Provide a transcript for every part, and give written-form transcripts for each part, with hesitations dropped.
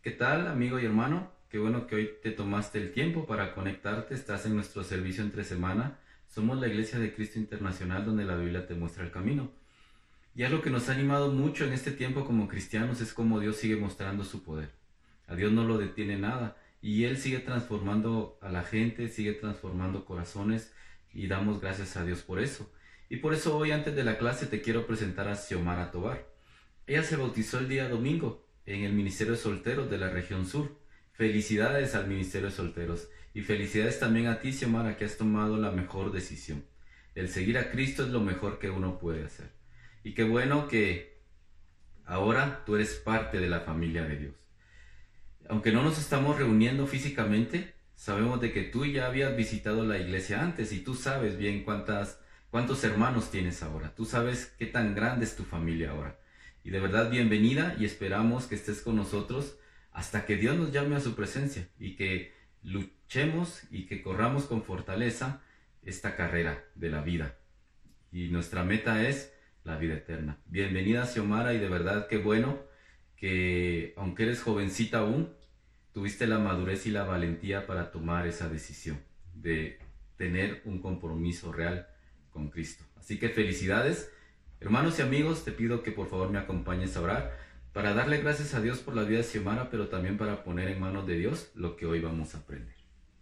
¿Qué tal, amigo y hermano? Qué bueno que hoy te tomaste el tiempo para conectarte. Estás en nuestro servicio entre semana. Somos la Iglesia de Cristo Internacional donde la Biblia te muestra el camino. Y algo que nos ha animado mucho en este tiempo como cristianos es cómo Dios sigue mostrando su poder. A Dios no lo detiene nada y Él sigue transformando a la gente, sigue transformando corazones y damos gracias a Dios por eso. Y por eso hoy antes de la clase te quiero presentar a Xiomara Tobar. Ella se bautizó el día domingo en el Ministerio de Solteros de la región sur. Felicidades al Ministerio de Solteros y felicidades también a ti, Xiomara, que has tomado la mejor decisión. El seguir a Cristo es lo mejor que uno puede hacer. Y qué bueno que ahora tú eres parte de la familia de Dios. Aunque no nos estamos reuniendo físicamente, sabemos de que tú ya habías visitado la iglesia antes y tú sabes bien cuántos hermanos tienes ahora. Tú sabes qué tan grande es tu familia ahora. Y de verdad bienvenida y esperamos que estés con nosotros hasta que Dios nos llame a su presencia y que luchemos y que corramos con fortaleza esta carrera de la vida. Y nuestra meta es la vida eterna. Bienvenida, Xiomara, y de verdad qué bueno que aunque eres jovencita aún, tuviste la madurez y la valentía para tomar esa decisión de tener un compromiso real con Cristo. Así que felicidades. Hermanos y amigos, te pido que por favor me acompañes a orar para darle gracias a Dios por la vida de Xiomara, pero también para poner en manos de Dios lo que hoy vamos a aprender.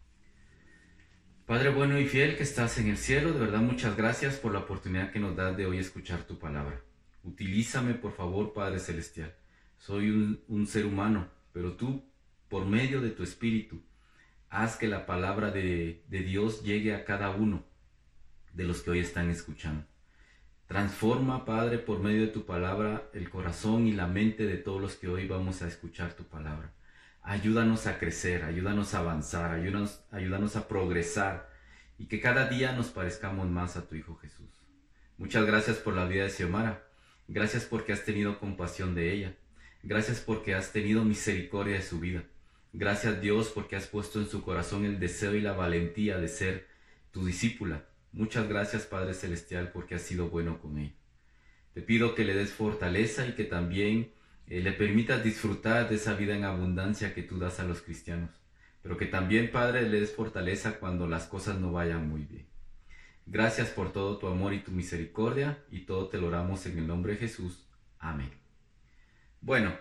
Padre bueno y fiel que estás en el cielo, de verdad muchas gracias por la oportunidad que nos das de hoy escuchar tu palabra. Utilízame por favor, Padre Celestial. Soy un ser humano, pero tú, por medio de tu Espíritu, haz que la palabra de Dios llegue a cada uno de los que hoy están escuchando. Transforma, Padre, por medio de tu palabra, el corazón y la mente de todos los que hoy vamos a escuchar tu palabra. Ayúdanos a crecer, ayúdanos a avanzar, ayúdanos a progresar y que cada día nos parezcamos más a tu Hijo Jesús. Muchas gracias por la vida de Xiomara. Gracias porque has tenido compasión de ella. Gracias porque has tenido misericordia de su vida. Gracias, Dios, porque has puesto en su corazón el deseo y la valentía de ser tu discípula. Muchas gracias, Padre Celestial, porque has sido bueno con ella. Te pido que le des fortaleza y que también le permitas disfrutar de esa vida en abundancia que tú das a los cristianos. Pero que también, Padre, le des fortaleza cuando las cosas no vayan muy bien. Gracias por todo tu amor y tu misericordia, y todo te lo oramos en el nombre de Jesús. Amén. Bueno,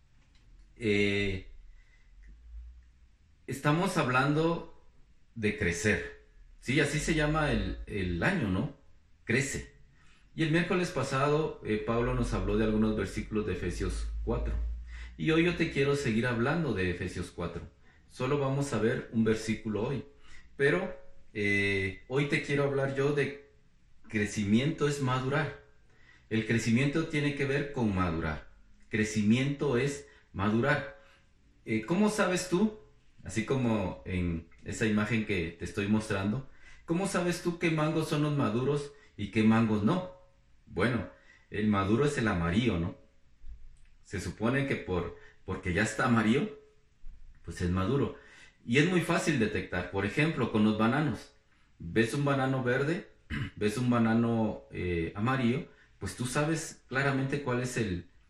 estamos hablando de crecer. Sí, así se llama el año, ¿no? Crece. Y el miércoles pasado Pablo nos habló de algunos versículos de Efesios 4. Y hoy yo te quiero seguir hablando de Efesios 4. Solo vamos a ver un versículo hoy. Pero hoy te quiero hablar yo de crecimiento es madurar. El crecimiento tiene que ver con madurar. Crecimiento es madurar. ¿Cómo sabes tú? Así como en esa imagen que te estoy mostrando. ¿Cómo sabes tú qué mangos son los maduros y qué mangos no? Bueno, el maduro es el amarillo, ¿no? Se supone que porque ya está amarillo, pues es maduro. Y es muy fácil detectar. Por ejemplo, con los bananos. Ves un banano verde, ves un banano amarillo, pues tú sabes claramente cuál es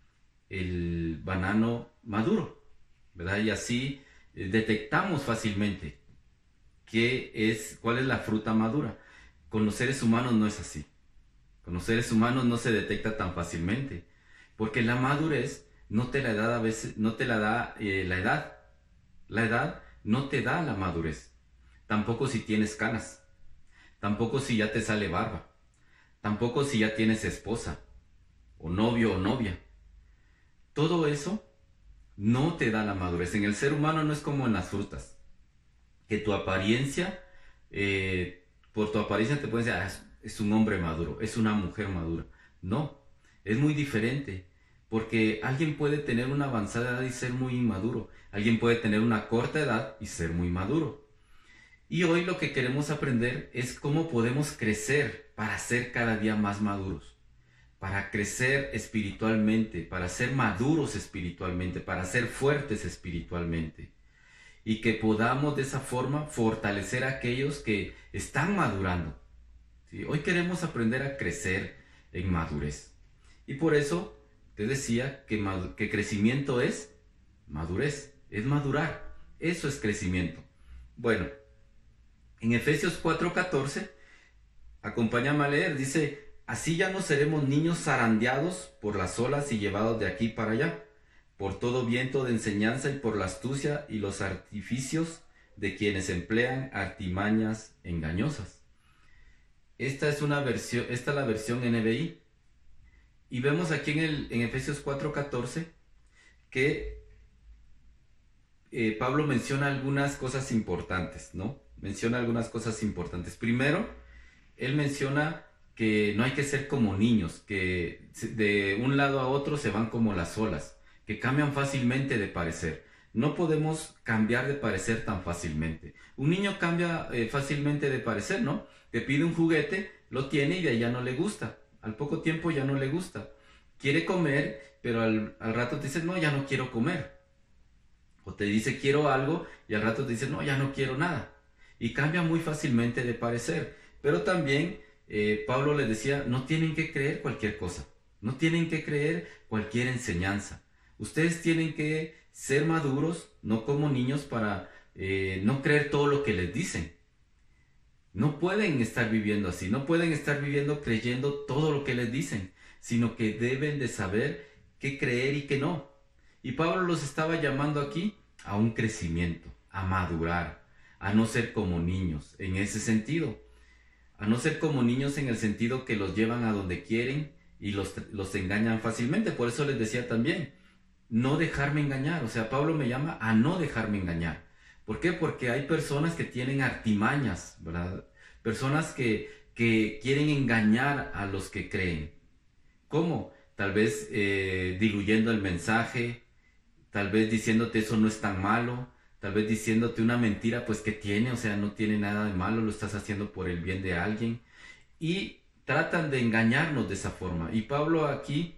el banano maduro, ¿verdad? Y así detectamos fácilmente cuál es la fruta madura. Con los seres humanos no es así. Con los seres humanos no se detecta tan fácilmente, porque la madurez no te la da a veces, no te la da la edad. La edad no te da la madurez. Tampoco si tienes canas. Tampoco si ya te sale barba. Tampoco si ya tienes esposa, o novio o novia. Todo eso no te da la madurez. En el ser humano no es como en las frutas, que tu apariencia, por tu apariencia te pueden decir, es un hombre maduro, es una mujer madura. No, es muy diferente, porque alguien puede tener una avanzada edad y ser muy inmaduro. Alguien puede tener una corta edad y ser muy maduro. Y hoy lo que queremos aprender es cómo podemos crecer para ser cada día más maduros, para crecer espiritualmente, para ser maduros espiritualmente, para ser fuertes espiritualmente. Y que podamos de esa forma fortalecer a aquellos que están madurando. ¿Sí? Hoy queremos aprender a crecer en madurez. Y por eso te decía que crecimiento es madurez. es madurar. Eso es crecimiento. Bueno, en Efesios 4:14, acompáñame a leer, dice: así ya no seremos niños zarandeados por las olas y llevados de aquí para allá, por todo viento de enseñanza y por la astucia y los artificios de quienes emplean artimañas engañosas. Esta es la versión NBI. Y vemos aquí en Efesios 4:14 que Pablo menciona algunas cosas importantes, ¿no? Menciona algunas cosas importantes. Primero, él menciona que no hay que ser como niños, que de un lado a otro se van como las olas, que cambian fácilmente de parecer. No podemos cambiar de parecer tan fácilmente. Un niño cambia fácilmente de parecer, ¿no? Te pide un juguete, lo tiene y de ahí ya no le gusta. Al poco tiempo ya no le gusta. Quiere comer, pero al rato te dice: no, ya no quiero comer. O te dice: quiero algo, y al rato te dice: no, ya no quiero nada. Y cambia muy fácilmente de parecer. Pero también Pablo le decía: no tienen que creer cualquier cosa. No tienen que creer cualquier enseñanza. Ustedes tienen que ser maduros, no como niños, para no creer todo lo que les dicen. No pueden estar viviendo así, no pueden estar viviendo creyendo todo lo que les dicen, sino que deben de saber qué creer y qué no. Y Pablo los estaba llamando aquí a un crecimiento, a madurar, a no ser como niños en ese sentido. A no ser como niños en el sentido que los llevan a donde quieren y los engañan fácilmente. Por eso les decía también, no dejarme engañar. O sea, Pablo me llama a no dejarme engañar. ¿Por qué? Porque hay personas que tienen artimañas, ¿verdad? Personas que quieren engañar a los que creen. ¿Cómo? Tal vez diluyendo el mensaje, tal vez diciéndote eso no es tan malo, tal vez diciéndote una mentira, pues que tiene, o sea, no tiene nada de malo, lo estás haciendo por el bien de alguien. Y tratan de engañarnos de esa forma. Y Pablo aquí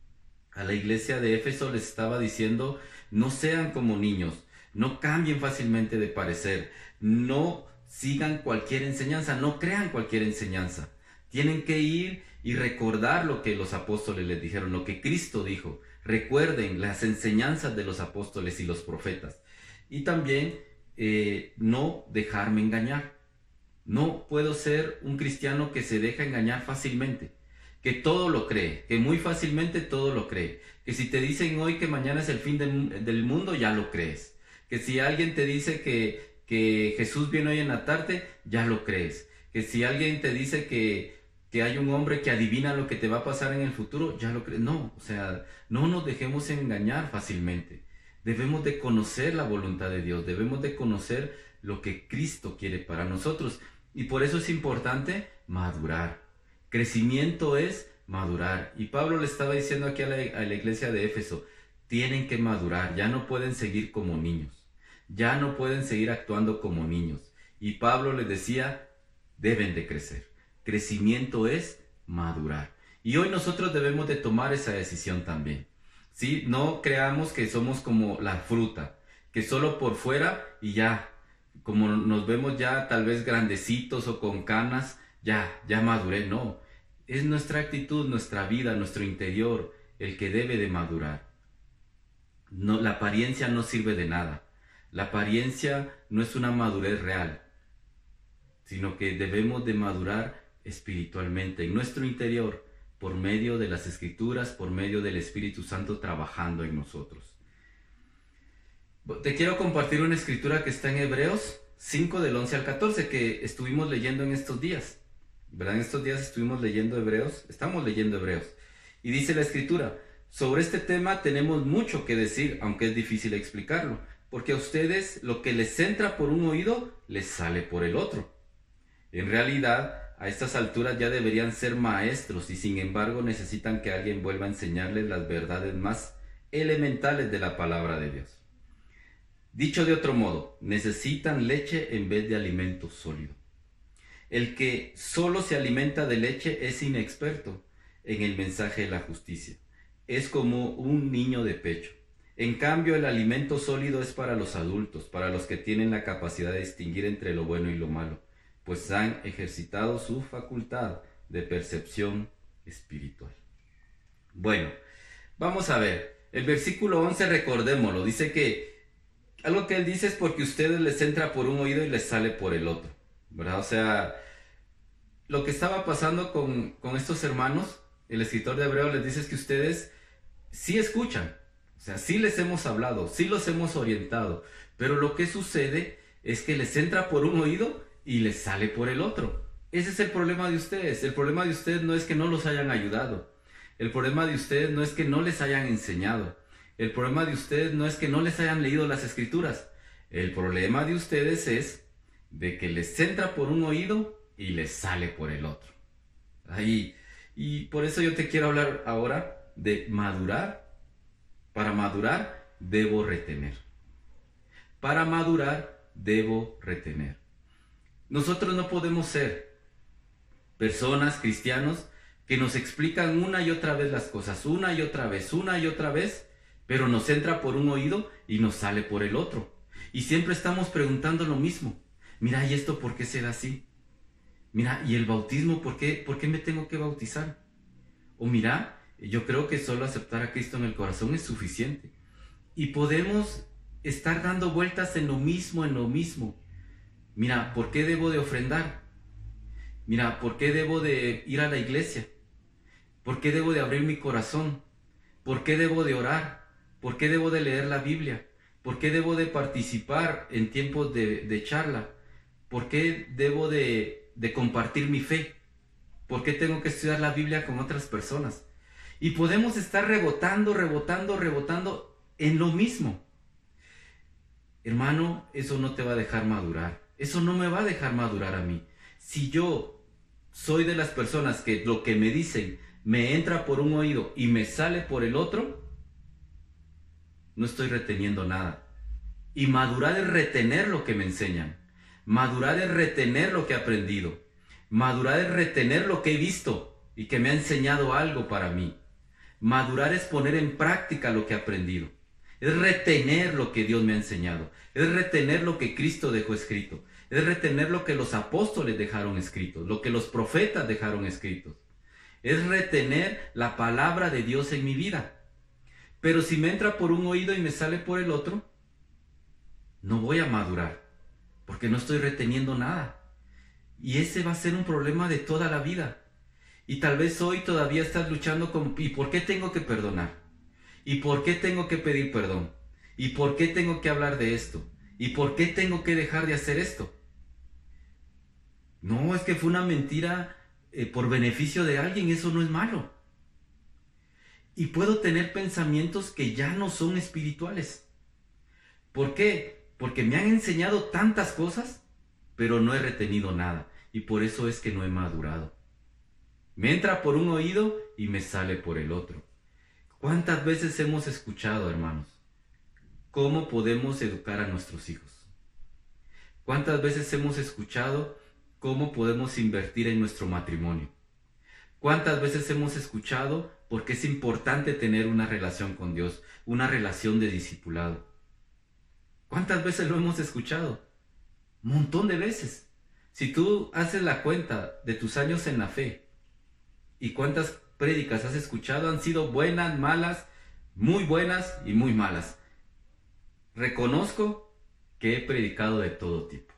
a la iglesia de Éfeso les estaba diciendo: no sean como niños, no cambien fácilmente de parecer, no sigan cualquier enseñanza, no crean cualquier enseñanza. Tienen que ir y recordar lo que los apóstoles les dijeron, lo que Cristo dijo. Recuerden las enseñanzas de los apóstoles y los profetas. Y también no dejarme engañar. No puedo ser un cristiano que se deja engañar fácilmente, que todo lo cree, que muy fácilmente todo lo cree, que si te dicen hoy que mañana es el fin del mundo, ya lo crees, que si alguien te dice que Jesús viene hoy en la tarde, ya lo crees, que si alguien te dice que hay un hombre que adivina lo que te va a pasar en el futuro, ya lo crees. No, o sea, no nos dejemos engañar fácilmente. Debemos de conocer la voluntad de Dios, debemos de conocer lo que Cristo quiere para nosotros. Y por eso es importante madurar. Crecimiento es madurar. Y Pablo le estaba diciendo aquí a la iglesia de Éfeso: tienen que madurar, ya no pueden seguir como niños, ya no pueden seguir actuando como niños. Y Pablo les decía: deben de crecer. Crecimiento es madurar. Y hoy nosotros debemos de tomar esa decisión también. ¿Sí? No creamos que somos como la fruta, que solo por fuera y ya, como nos vemos ya tal vez grandecitos o con canas, ya maduré. No, es nuestra actitud, nuestra vida, nuestro interior el que debe de madurar. No, la apariencia no sirve de nada. La apariencia no es una madurez real, sino que debemos de madurar espiritualmente en nuestro interior, por medio de las Escrituras, por medio del Espíritu Santo trabajando en nosotros. Te quiero compartir una escritura que está en Hebreos 5 del 11 al 14 que estuvimos leyendo en estos días. ¿Verdad? En estos días estamos leyendo Hebreos, y dice la escritura: sobre este tema tenemos mucho que decir, aunque es difícil explicarlo, porque a ustedes lo que les entra por un oído, les sale por el otro. En realidad, a estas alturas ya deberían ser maestros y sin embargo necesitan que alguien vuelva a enseñarles las verdades más elementales de la palabra de Dios. Dicho de otro modo, necesitan leche en vez de alimento sólido. El que solo se alimenta de leche es inexperto en el mensaje de la justicia. Es como un niño de pecho. En cambio, el alimento sólido es para los adultos, para los que tienen la capacidad de distinguir entre lo bueno y lo malo, pues han ejercitado su facultad de percepción espiritual. Bueno, vamos a ver. El versículo 11, recordémoslo, dice que algo que él dice es porque ustedes les entra por un oído y les sale por el otro, ¿verdad? O sea, lo que estaba pasando con estos hermanos, el escritor de Hebreos les dice es que ustedes sí escuchan, o sea, sí les hemos hablado, sí los hemos orientado, pero lo que sucede es que les entra por un oído y les sale por el otro. Ese es el problema de ustedes. El problema de ustedes no es que no los hayan ayudado. El problema de ustedes no es que no les hayan enseñado. El problema de ustedes no es que no les hayan leído las escrituras. El problema de ustedes es de que les entra por un oído y les sale por el otro. Ahí. Y por eso yo te quiero hablar ahora de madurar. Para madurar debo retener. Para madurar debo retener. Nosotros no podemos ser personas, cristianos, que nos explican una y otra vez las cosas, una y otra vez, pero nos entra por un oído y nos sale por el otro. Y siempre estamos preguntando lo mismo. Mira, ¿y esto por qué será así? Mira, ¿y el bautismo por qué me tengo que bautizar? O mira, yo creo que solo aceptar a Cristo en el corazón es suficiente. Y podemos estar dando vueltas en lo mismo. Mira, ¿por qué debo de ofrendar? Mira, ¿por qué debo de ir a la iglesia? ¿Por qué debo de abrir mi corazón? ¿Por qué debo de orar? ¿Por qué debo de leer la Biblia? ¿Por qué debo de participar en tiempos de charla? ¿Por qué debo de compartir mi fe? ¿Por qué tengo que estudiar la Biblia con otras personas? Y podemos estar rebotando en lo mismo. Hermano, eso no te va a dejar madurar. Eso no me va a dejar madurar a mí. Si yo soy de las personas que lo que me dicen me entra por un oído y me sale por el otro, no estoy reteniendo nada. Y madurar es retener lo que me enseñan. Madurar es retener lo que he aprendido. Madurar es retener lo que he visto y que me ha enseñado algo para mí. Madurar es poner en práctica lo que he aprendido. Es retener lo que Dios me ha enseñado. Es retener lo que Cristo dejó escrito. Es retener lo que los apóstoles dejaron escrito, lo que los profetas dejaron escritos. Es retener la palabra de Dios en mi vida. Pero si me entra por un oído y me sale por el otro, no voy a madurar, porque no estoy reteniendo nada. Y ese va a ser un problema de toda la vida. Y tal vez hoy todavía estás luchando con, ¿y por qué tengo que perdonar? ¿Y por qué tengo que pedir perdón? ¿Y por qué tengo que hablar de esto? ¿Y por qué tengo que dejar de hacer esto? No, es que fue una mentira por beneficio de alguien, eso no es malo. Y puedo tener pensamientos que ya no son espirituales. ¿Por qué? Porque me han enseñado tantas cosas, pero no he retenido nada. Y por eso es que no he madurado. Me entra por un oído y me sale por el otro. ¿Cuántas veces hemos escuchado, hermanos, cómo podemos educar a nuestros hijos? ¿Cuántas veces hemos escuchado cómo podemos invertir en nuestro matrimonio? ¿Cuántas veces hemos escuchado por qué es importante tener una relación con Dios, una relación de discipulado? ¿Cuántas veces lo hemos escuchado? Un montón de veces. Si tú haces la cuenta de tus años en la fe y cuántas prédicas has escuchado, han sido buenas, malas, muy buenas y muy malas. Reconozco que he predicado de todo tipo.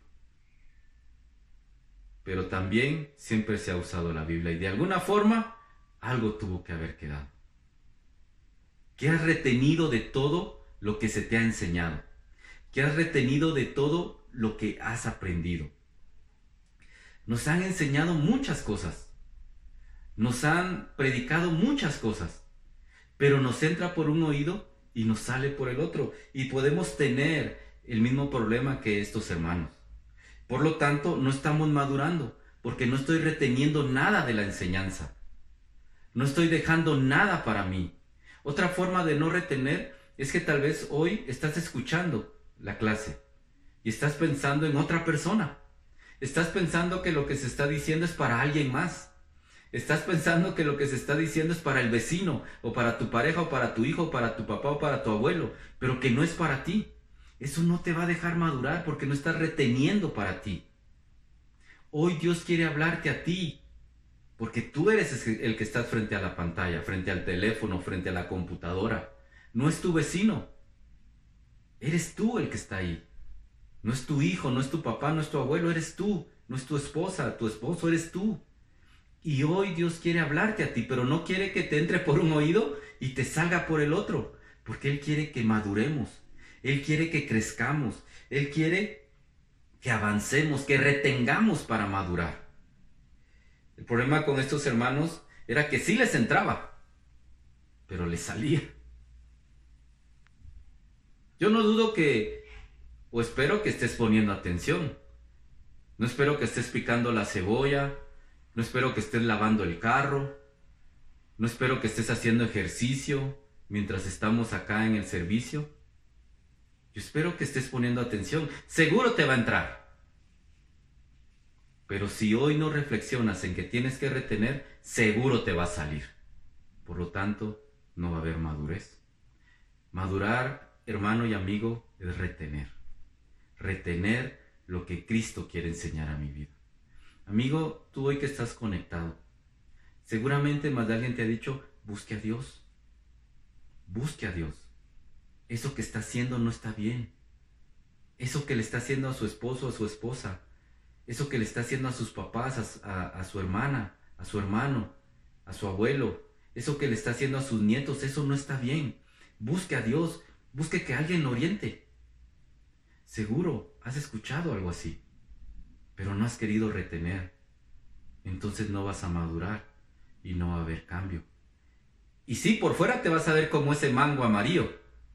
Pero también siempre se ha usado la Biblia y de alguna forma algo tuvo que haber quedado. ¿Qué has retenido de todo lo que se te ha enseñado? ¿Qué has retenido de todo lo que has aprendido? Nos han enseñado muchas cosas. Nos han predicado muchas cosas. Pero nos entra por un oído y nos sale por el otro. Y podemos tener el mismo problema que estos hermanos. Por lo tanto, no estamos madurando, porque no estoy reteniendo nada de la enseñanza. No estoy dejando nada para mí. Otra forma de no retener es que tal vez hoy estás escuchando la clase y estás pensando en otra persona. Estás pensando que lo que se está diciendo es para alguien más. Estás pensando que lo que se está diciendo es para el vecino, o para tu pareja, o para tu hijo, o para tu papá, o para tu abuelo, pero que no es para ti. Eso no te va a dejar madurar porque no estás reteniendo para ti. Hoy Dios quiere hablarte a ti, porque tú eres el que estás frente a la pantalla, frente al teléfono, frente a la computadora. No es tu vecino. Eres tú el que está ahí. No es tu hijo, no es tu papá, no es tu abuelo, eres tú. No es tu esposa, tu esposo, eres tú. Y hoy Dios quiere hablarte a ti, pero no quiere que te entre por un oído y te salga por el otro. Porque Él quiere que maduremos. Él quiere que crezcamos. Él quiere que avancemos, que retengamos para madurar. El problema con estos hermanos era que sí les entraba, pero les salía. Yo no dudo o espero que estés poniendo atención. No espero que estés picando la cebolla, no espero que estés lavando el carro, no espero que estés haciendo ejercicio mientras estamos acá en el servicio. Yo espero que estés poniendo atención. Seguro te va a entrar. Pero si hoy no reflexionas en que tienes que retener, seguro te va a salir. Por lo tanto, no va a haber madurez. Madurar, hermano y amigo, es retener. Retener lo que Cristo quiere enseñar a mi vida. Amigo, tú hoy que estás conectado, seguramente más de alguien te ha dicho, busque a Dios. Busque a Dios. Eso que está haciendo no está bien. Eso que le está haciendo a su esposo, a su esposa. Eso que le está haciendo a sus papás, a su hermana, a su hermano, a su abuelo. Eso que le está haciendo a sus nietos, eso no está bien. Busque a Dios. Busque que alguien lo oriente. Seguro has escuchado algo así, pero no has querido retener. Entonces no vas a madurar y no va a haber cambio. Y sí, por fuera te vas a ver como ese mango amarillo,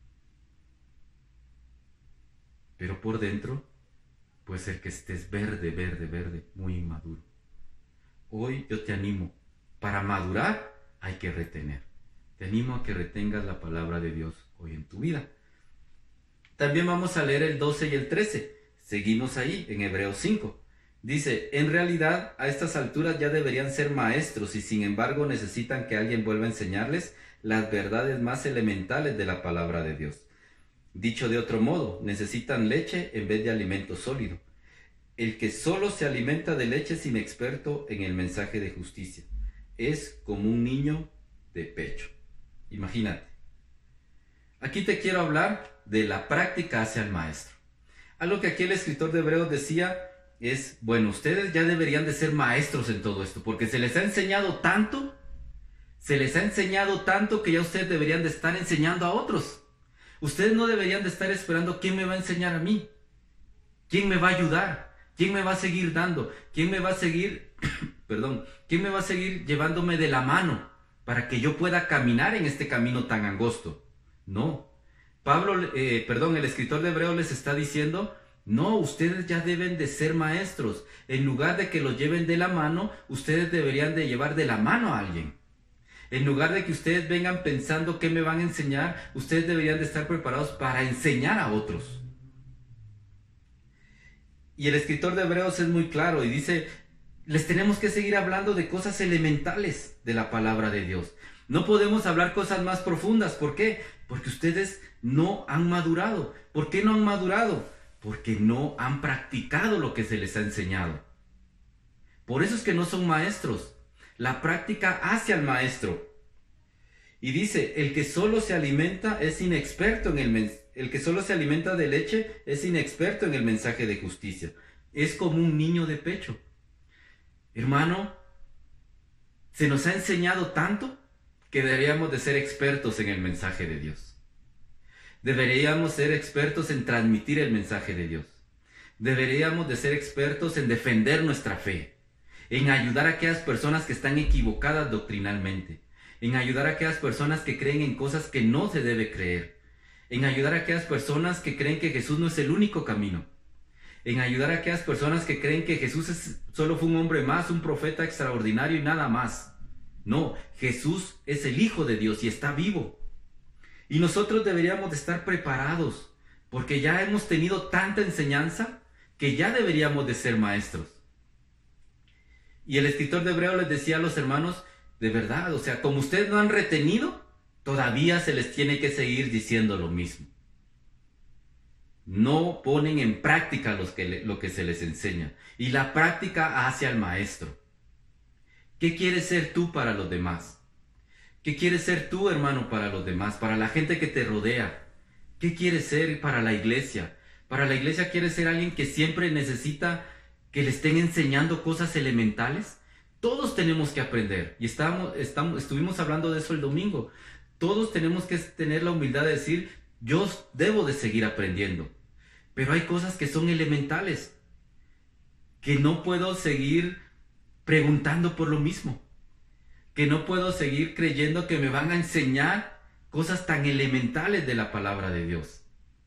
pero por dentro puede ser que estés verde, verde, verde, muy inmaduro. Hoy yo te animo, para madurar hay que retener. Te animo a que retengas la palabra de Dios hoy en tu vida. También vamos a leer el 12 y el 13. Seguimos ahí, en Hebreos 5. Dice, en realidad, a estas alturas ya deberían ser maestros y sin embargo necesitan que alguien vuelva a enseñarles las verdades más elementales de la palabra de Dios. Dicho de otro modo, necesitan leche en vez de alimento sólido. El que solo se alimenta de leche es inexperto en el mensaje de justicia. Es como un niño de pecho. Imagínate. Aquí te quiero hablar de la práctica hacia el maestro. Algo que aquí el escritor de Hebreos decía es, bueno, ustedes ya deberían de ser maestros en todo esto, porque se les ha enseñado tanto que ya ustedes deberían de estar enseñando a otros. Ustedes no deberían de estar esperando quién me va a enseñar a mí, quién me va a ayudar, quién me va a seguir dando, quién me va a seguir, quién me va a seguir llevándome de la mano para que yo pueda caminar en este camino tan angosto. No, el escritor de Hebreos les está diciendo, no, ustedes ya deben de ser maestros. En lugar de que los lleven de la mano, ustedes deberían de llevar de la mano a alguien. En lugar de que ustedes vengan pensando qué me van a enseñar, ustedes deberían de estar preparados para enseñar a otros. Y el escritor de Hebreos es muy claro y dice, les tenemos que seguir hablando de cosas elementales de la palabra de Dios. No podemos hablar cosas más profundas. ¿Por qué? Porque ustedes no han madurado. ¿Por qué no han madurado? Porque no han practicado lo que se les ha enseñado. Por eso es que no son maestros. La práctica hace al maestro. Y dice, el que solo se alimenta es inexperto el que solo se alimenta de leche es inexperto en el mensaje de justicia. Es como un niño de pecho. Hermano, se nos ha enseñado tanto que deberíamos de ser expertos en el mensaje de Dios. Deberíamos ser expertos en transmitir el mensaje de Dios. Deberíamos de ser expertos en defender nuestra fe, en ayudar a aquellas personas que están equivocadas doctrinalmente, en ayudar a aquellas personas que creen en cosas que no se debe creer, en ayudar a aquellas personas que creen que Jesús no es el único camino, en ayudar a aquellas personas que creen que Jesús solo fue un hombre más, un profeta extraordinario y nada más. No, Jesús es el Hijo de Dios y está vivo. Y nosotros deberíamos de estar preparados, porque ya hemos tenido tanta enseñanza que ya deberíamos de ser maestros. Y el escritor de Hebreos les decía a los hermanos, de verdad, o sea, como ustedes no han retenido, todavía se les tiene que seguir diciendo lo mismo. No ponen en práctica lo que se les enseña. Y la práctica hace al maestro. ¿Qué quieres ser tú para los demás? ¿Qué quieres ser tú, hermano, para los demás? Para la gente que te rodea. ¿Qué quieres ser para la iglesia? Para la iglesia quieres ser alguien que siempre necesita que le estén enseñando cosas elementales. Todos tenemos que aprender. Y estuvimos hablando de eso el domingo. Todos tenemos que tener la humildad de decir, yo debo de seguir aprendiendo. Pero hay cosas que son elementales, que no puedo seguir preguntando por lo mismo, que no puedo seguir creyendo que me van a enseñar cosas tan elementales de la palabra de Dios.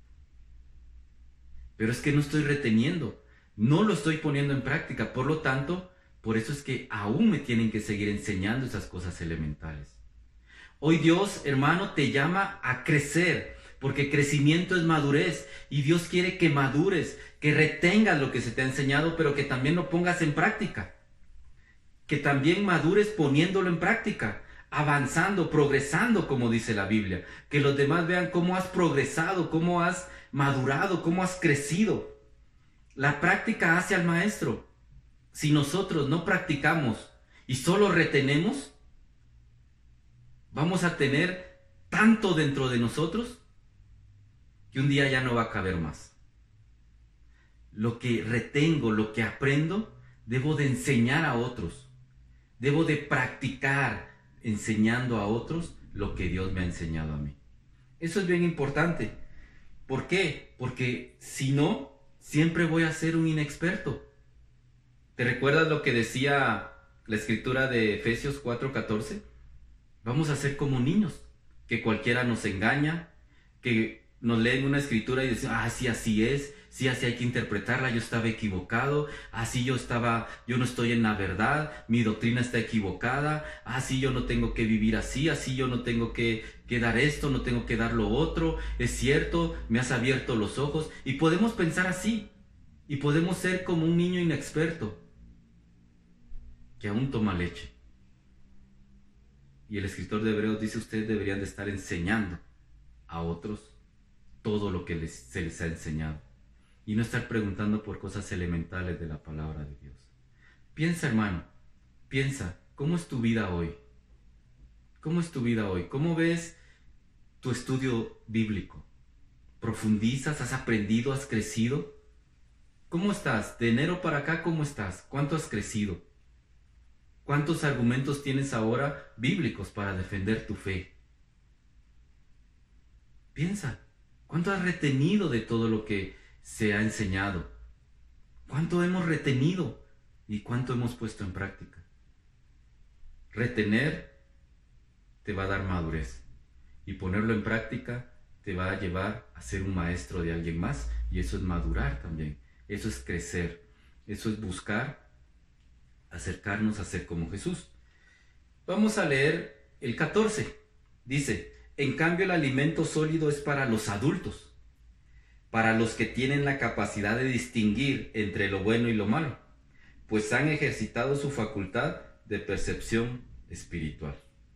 Pero es que no estoy reteniendo, no lo estoy poniendo en práctica, por lo tanto, por eso es que aún me tienen que seguir enseñando esas cosas elementales. Hoy Dios, hermano, te llama a crecer, porque crecimiento es madurez, y Dios quiere que madures, que retengas lo que se te ha enseñado, pero que también lo pongas en práctica. Que también madures poniéndolo en práctica, avanzando, progresando, como dice la Biblia. Que los demás vean cómo has progresado, cómo has madurado, cómo has crecido. La práctica hace al maestro. Si nosotros no practicamos y solo retenemos, vamos a tener tanto dentro de nosotros que un día ya no va a caber más. Lo que retengo, lo que aprendo, debo de enseñar a otros. Debo de practicar enseñando a otros lo que Dios me ha enseñado a mí. Eso es bien importante. ¿Por qué? Porque si no, siempre voy a ser un inexperto. ¿Te recuerdas lo que decía la escritura de Efesios 4:14? Vamos a ser como niños, que cualquiera nos engaña, que nos leen una escritura y dicen, sí, así es, sí, así hay que interpretarla, yo estaba equivocado, yo no estoy en la verdad, mi doctrina está equivocada, sí, yo no tengo que vivir así yo no tengo que dar esto, no tengo que dar lo otro, es cierto, me has abierto los ojos, y podemos pensar así, y podemos ser como un niño inexperto, que aún toma leche. Y el escritor de Hebreos dice, ustedes deberían de estar enseñando a otros todo lo que se les ha enseñado. Y no estar preguntando por cosas elementales de la palabra de Dios. Piensa, hermano, piensa, ¿cómo es tu vida hoy? ¿Cómo es tu vida hoy? ¿Cómo ves tu estudio bíblico? ¿Profundizas? ¿Has aprendido? ¿Has crecido? ¿Cómo estás? De enero para acá, ¿cómo estás? ¿Cuánto has crecido? ¿Cuántos argumentos tienes ahora bíblicos para defender tu fe? Piensa, ¿cuánto has retenido de todo lo que se ha enseñado? ¿Cuánto hemos retenido y cuánto hemos puesto en práctica? Retener te va a dar madurez y ponerlo en práctica te va a llevar a ser un maestro de alguien más, y eso es madurar también, eso es crecer, eso es buscar acercarnos a ser como Jesús. Vamos a leer el 14. Dice, en cambio el alimento sólido es para los adultos, para los que tienen la capacidad de distinguir entre lo bueno y lo malo, pues han ejercitado su facultad de percepción espiritual.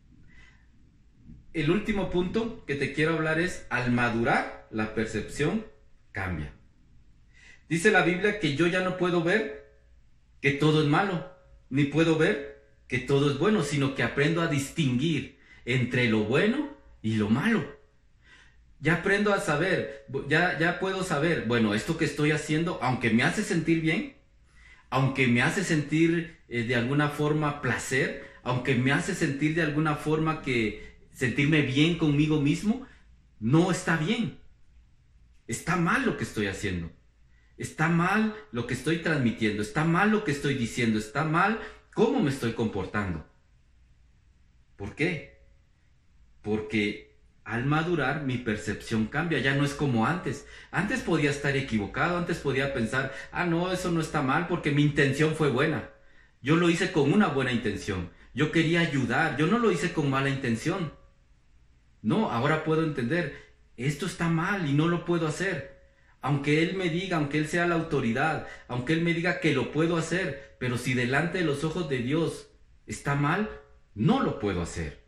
El último punto que te quiero hablar es, al madurar, la percepción cambia. Dice la Biblia que yo ya no puedo ver que todo es malo, ni puedo ver que todo es bueno, sino que aprendo a distinguir entre lo bueno y lo malo. Ya aprendo a saber, ya puedo saber, bueno, esto que estoy haciendo, aunque me hace sentir bien, aunque me hace sentir de alguna forma placer, aunque me hace sentir de alguna forma que sentirme bien conmigo mismo, no está bien. Está mal lo que estoy haciendo. Está mal lo que estoy transmitiendo, está mal lo que estoy diciendo, está mal cómo me estoy comportando. ¿Por qué? Porque al madurar mi percepción cambia, ya no es como antes. Antes podía estar equivocado, antes podía pensar, no, eso no está mal porque mi intención fue buena. Yo lo hice con una buena intención, yo quería ayudar, yo no lo hice con mala intención. No, ahora puedo entender, esto está mal y no lo puedo hacer. Aunque Él me diga, aunque Él sea la autoridad, aunque Él me diga que lo puedo hacer, pero si delante de los ojos de Dios está mal, no lo puedo hacer.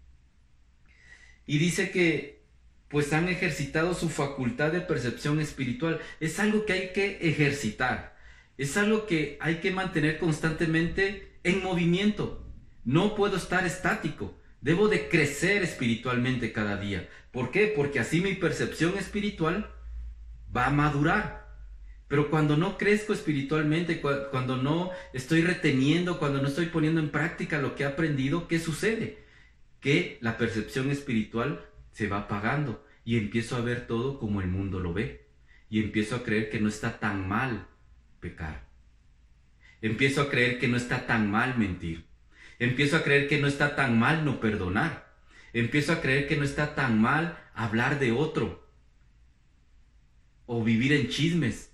Y dice que pues han ejercitado su facultad de percepción espiritual. Es algo que hay que ejercitar, es algo que hay que mantener constantemente en movimiento. No puedo estar estático, Debo de crecer espiritualmente cada día. ¿Por qué? Porque así mi percepción espiritual va a madurar. Pero cuando no crezco espiritualmente, cuando no estoy reteniendo, cuando no estoy poniendo en práctica lo que he aprendido, ¿qué sucede? Que la percepción espiritual se va apagando y empiezo a ver todo como el mundo lo ve. Y empiezo a creer que no está tan mal pecar. Empiezo a creer que no está tan mal mentir. Empiezo a creer que no está tan mal no perdonar. Empiezo a creer que no está tan mal hablar de otro. O vivir en chismes.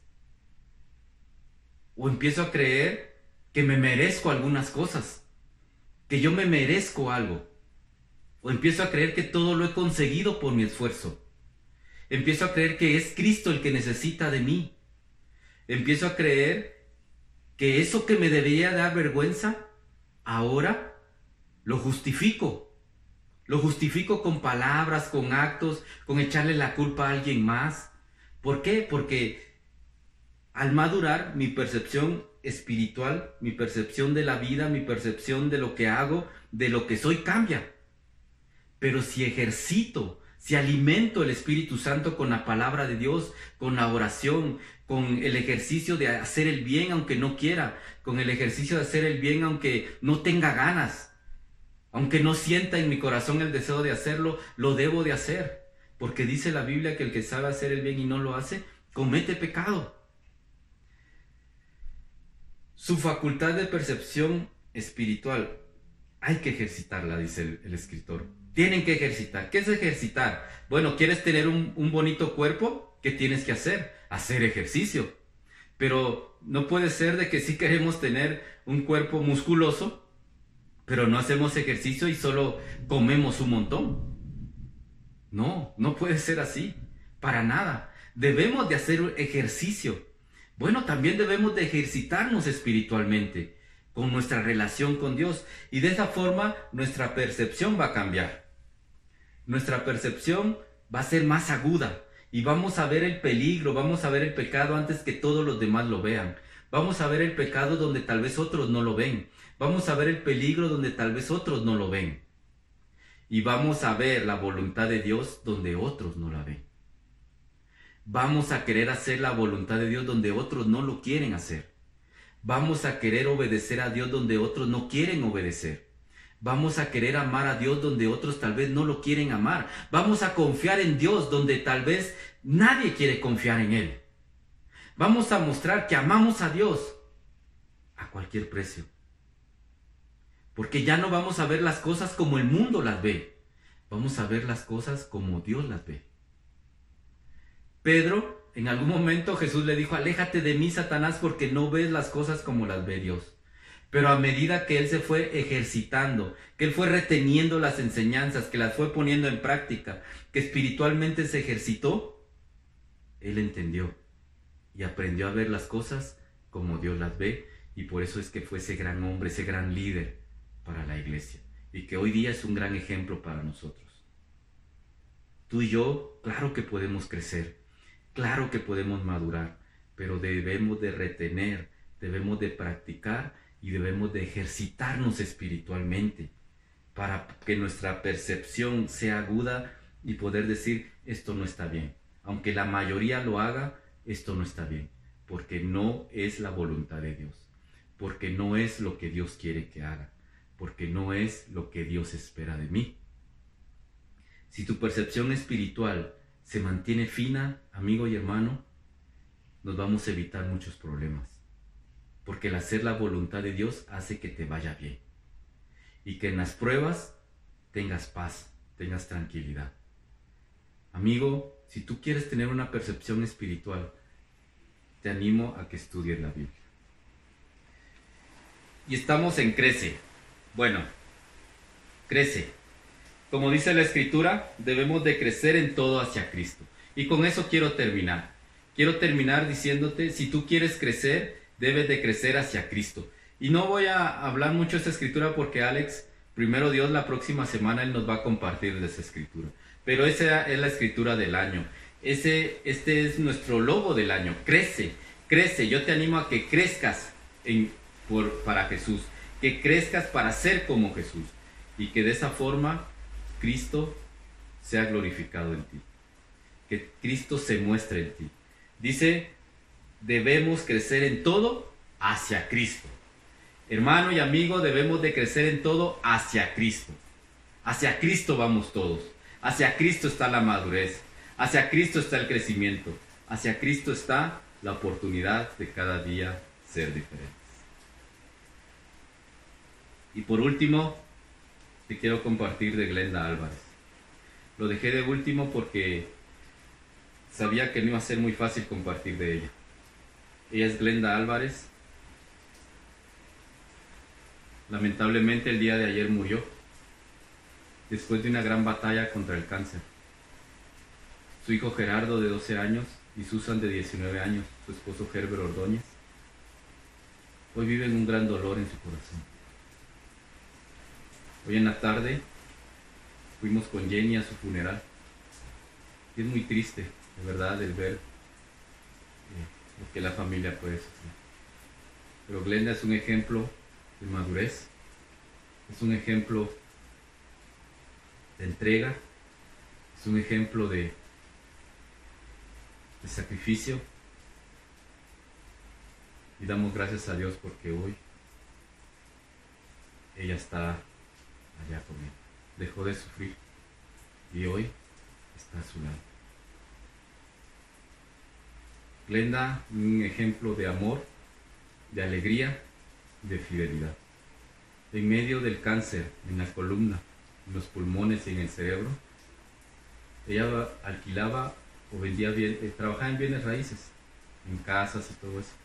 O empiezo a creer que me merezco algunas cosas. Que yo me merezco algo. O empiezo a creer que todo lo he conseguido por mi esfuerzo. Empiezo a creer que es Cristo el que necesita de mí. Empiezo a creer que eso que me debería dar vergüenza, ahora lo justifico. Lo justifico con palabras, con actos, con echarle la culpa a alguien más. ¿Por qué? Porque al madurar mi percepción espiritual, mi percepción de la vida, mi percepción de lo que hago, de lo que soy, cambia. Pero si ejercito, si alimento el Espíritu Santo con la palabra de Dios, con la oración, con el ejercicio de hacer el bien aunque no quiera, con el ejercicio de hacer el bien aunque no tenga ganas, aunque no sienta en mi corazón el deseo de hacerlo, lo debo de hacer. Porque dice la Biblia que el que sabe hacer el bien y no lo hace, comete pecado. Su facultad de percepción espiritual hay que ejercitarla, dice el escritor. Tienen que ejercitar. ¿Qué es ejercitar? Bueno, ¿quieres tener un bonito cuerpo? ¿Qué tienes que hacer? Hacer ejercicio. Pero no puede ser de que sí queremos tener un cuerpo musculoso, pero no hacemos ejercicio y solo comemos un montón. No, no puede ser así. Para nada. Debemos de hacer ejercicio. Bueno, también debemos de ejercitarnos espiritualmente con nuestra relación con Dios. Y de esa forma nuestra percepción va a cambiar. Nuestra percepción va a ser más aguda. Y vamos a ver el peligro, vamos a ver el pecado antes que todos los demás lo vean. Vamos a ver el pecado donde tal vez otros no lo ven. Vamos a ver el peligro donde tal vez otros no lo ven. Y vamos a ver la voluntad de Dios donde otros no la ven. Vamos a querer hacer la voluntad de Dios donde otros no lo quieren hacer. Vamos a querer obedecer a Dios donde otros no quieren obedecer. Vamos a querer amar a Dios donde otros tal vez no lo quieren amar. Vamos a confiar en Dios donde tal vez nadie quiere confiar en Él. Vamos a mostrar que amamos a Dios a cualquier precio. Porque ya no vamos a ver las cosas como el mundo las ve. Vamos a ver las cosas como Dios las ve. Pedro, en algún momento Jesús le dijo: aléjate de mí, Satanás, porque no ves las cosas como las ve Dios. Pero a medida que él se fue ejercitando, que él fue reteniendo las enseñanzas, que las fue poniendo en práctica, que espiritualmente se ejercitó, él entendió y aprendió a ver las cosas como Dios las ve, y por eso es que fue ese gran hombre, ese gran líder para la iglesia, y que hoy día es un gran ejemplo para nosotros. Tú y yo, claro que podemos crecer, claro que podemos madurar, pero debemos de retener, debemos de practicar y debemos de ejercitarnos espiritualmente para que nuestra percepción sea aguda y poder decir: esto no está bien. Aunque la mayoría lo haga, esto no está bien, porque no es la voluntad de Dios, porque no es lo que Dios quiere que haga, porque no es lo que Dios espera de mí. Si tu percepción espiritual se mantiene fina, amigo y hermano, nos vamos a evitar muchos problemas. Porque el hacer la voluntad de Dios hace que te vaya bien. Y que en las pruebas tengas paz, tengas tranquilidad. Amigo, si tú quieres tener una percepción espiritual, te animo a que estudies la Biblia. Y estamos en crece. Bueno, crece. Como dice la Escritura, debemos de crecer en todo hacia Cristo. Y con eso quiero terminar. Quiero terminar diciéndote, si tú quieres crecer, debes de crecer hacia Cristo. Y no voy a hablar mucho de esta escritura porque Alex, primero Dios, la próxima semana él nos va a compartir de esa escritura. Pero esa es la escritura del año. Este es nuestro logo del año. Crece, crece. Yo te animo a que crezcas para Jesús. Que crezcas para ser como Jesús. y que de esa forma Cristo sea glorificado en ti, que Cristo se muestre en ti. Dice, debemos crecer en todo hacia Cristo. Hermano y amigo, debemos de crecer en todo hacia Cristo. Hacia Cristo vamos todos. Hacia Cristo está la madurez. Hacia Cristo está el crecimiento. Hacia Cristo está la oportunidad de cada día ser diferentes. Y por último, te quiero compartir de Glenda Álvarez. Lo dejé de último porque sabía que no iba a ser muy fácil compartir de ella. Ella es Glenda Álvarez. Lamentablemente el día de ayer murió después de una gran batalla contra el cáncer. Su hijo Gerardo, de 12 años, y Susan, de 19 años, su esposo Herbert Ordóñez, hoy viven un gran dolor en su corazón. Hoy en la tarde fuimos con Jenny a su funeral. Y es muy triste, de verdad, el ver lo que la familia puede sufrir. Pero Glenda es un ejemplo de madurez, es un ejemplo de entrega, es un ejemplo de sacrificio, y damos gracias a Dios porque hoy ella está allá con él, dejó de sufrir y hoy está a su lado. Glenda, un ejemplo de amor, de alegría, de fidelidad. En medio del cáncer en la columna, en los pulmones y en el cerebro, ella alquilaba o vendía bien, trabajaba en bienes raíces, en casas y todo eso.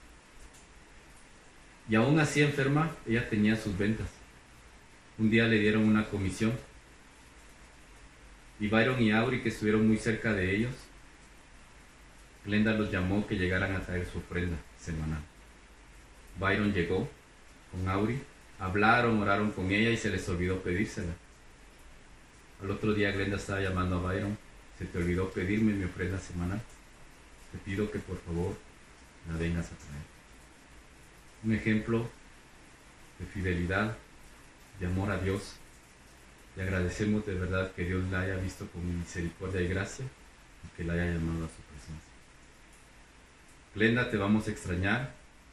Y aún así enferma, ella tenía sus ventas. Un día le dieron una comisión y Byron y Auri, que estuvieron muy cerca de ellos, Glenda los llamó que llegaran a traer su ofrenda semanal. Byron llegó con Auri, hablaron, oraron con ella y se les olvidó pedírsela. Al otro día Glenda estaba llamando a Byron: se te olvidó pedirme mi ofrenda semanal, te pido que por favor la vengas a traer. Un ejemplo de fidelidad, de amor a Dios, y agradecemos de verdad que Dios la haya visto con misericordia y gracia y que la haya llamado a su presencia. Glenda, te vamos a extrañar.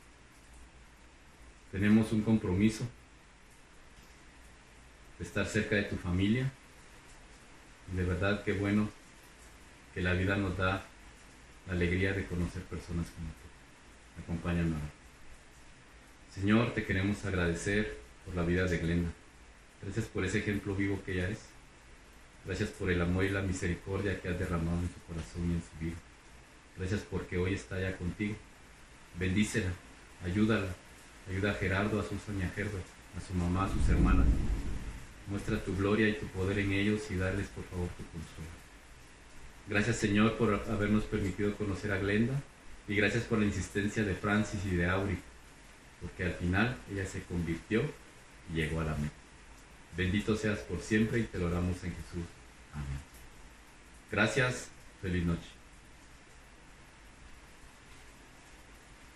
Tenemos un compromiso de estar cerca de tu familia. Y de verdad qué bueno que la vida nos da la alegría de conocer personas como tú. Acompáñanos. Señor, te queremos agradecer por la vida de Glenda. Gracias por ese ejemplo vivo que ella es. Gracias por el amor y la misericordia que has derramado en su corazón y en su vida. Gracias porque hoy está allá contigo. Bendícela, ayúdala. Ayuda a Gerardo, a Susan y a Herbert, a su mamá, a sus hermanas. Muestra tu gloria y tu poder en ellos y darles por favor tu consuelo. Gracias, Señor, por habernos permitido conocer a Glenda, y gracias por la insistencia de Francis y de Auri, porque al final ella se convirtió y llegó a la meta. Bendito seas por siempre y te lo oramos en Jesús. Amén. Gracias. Feliz noche.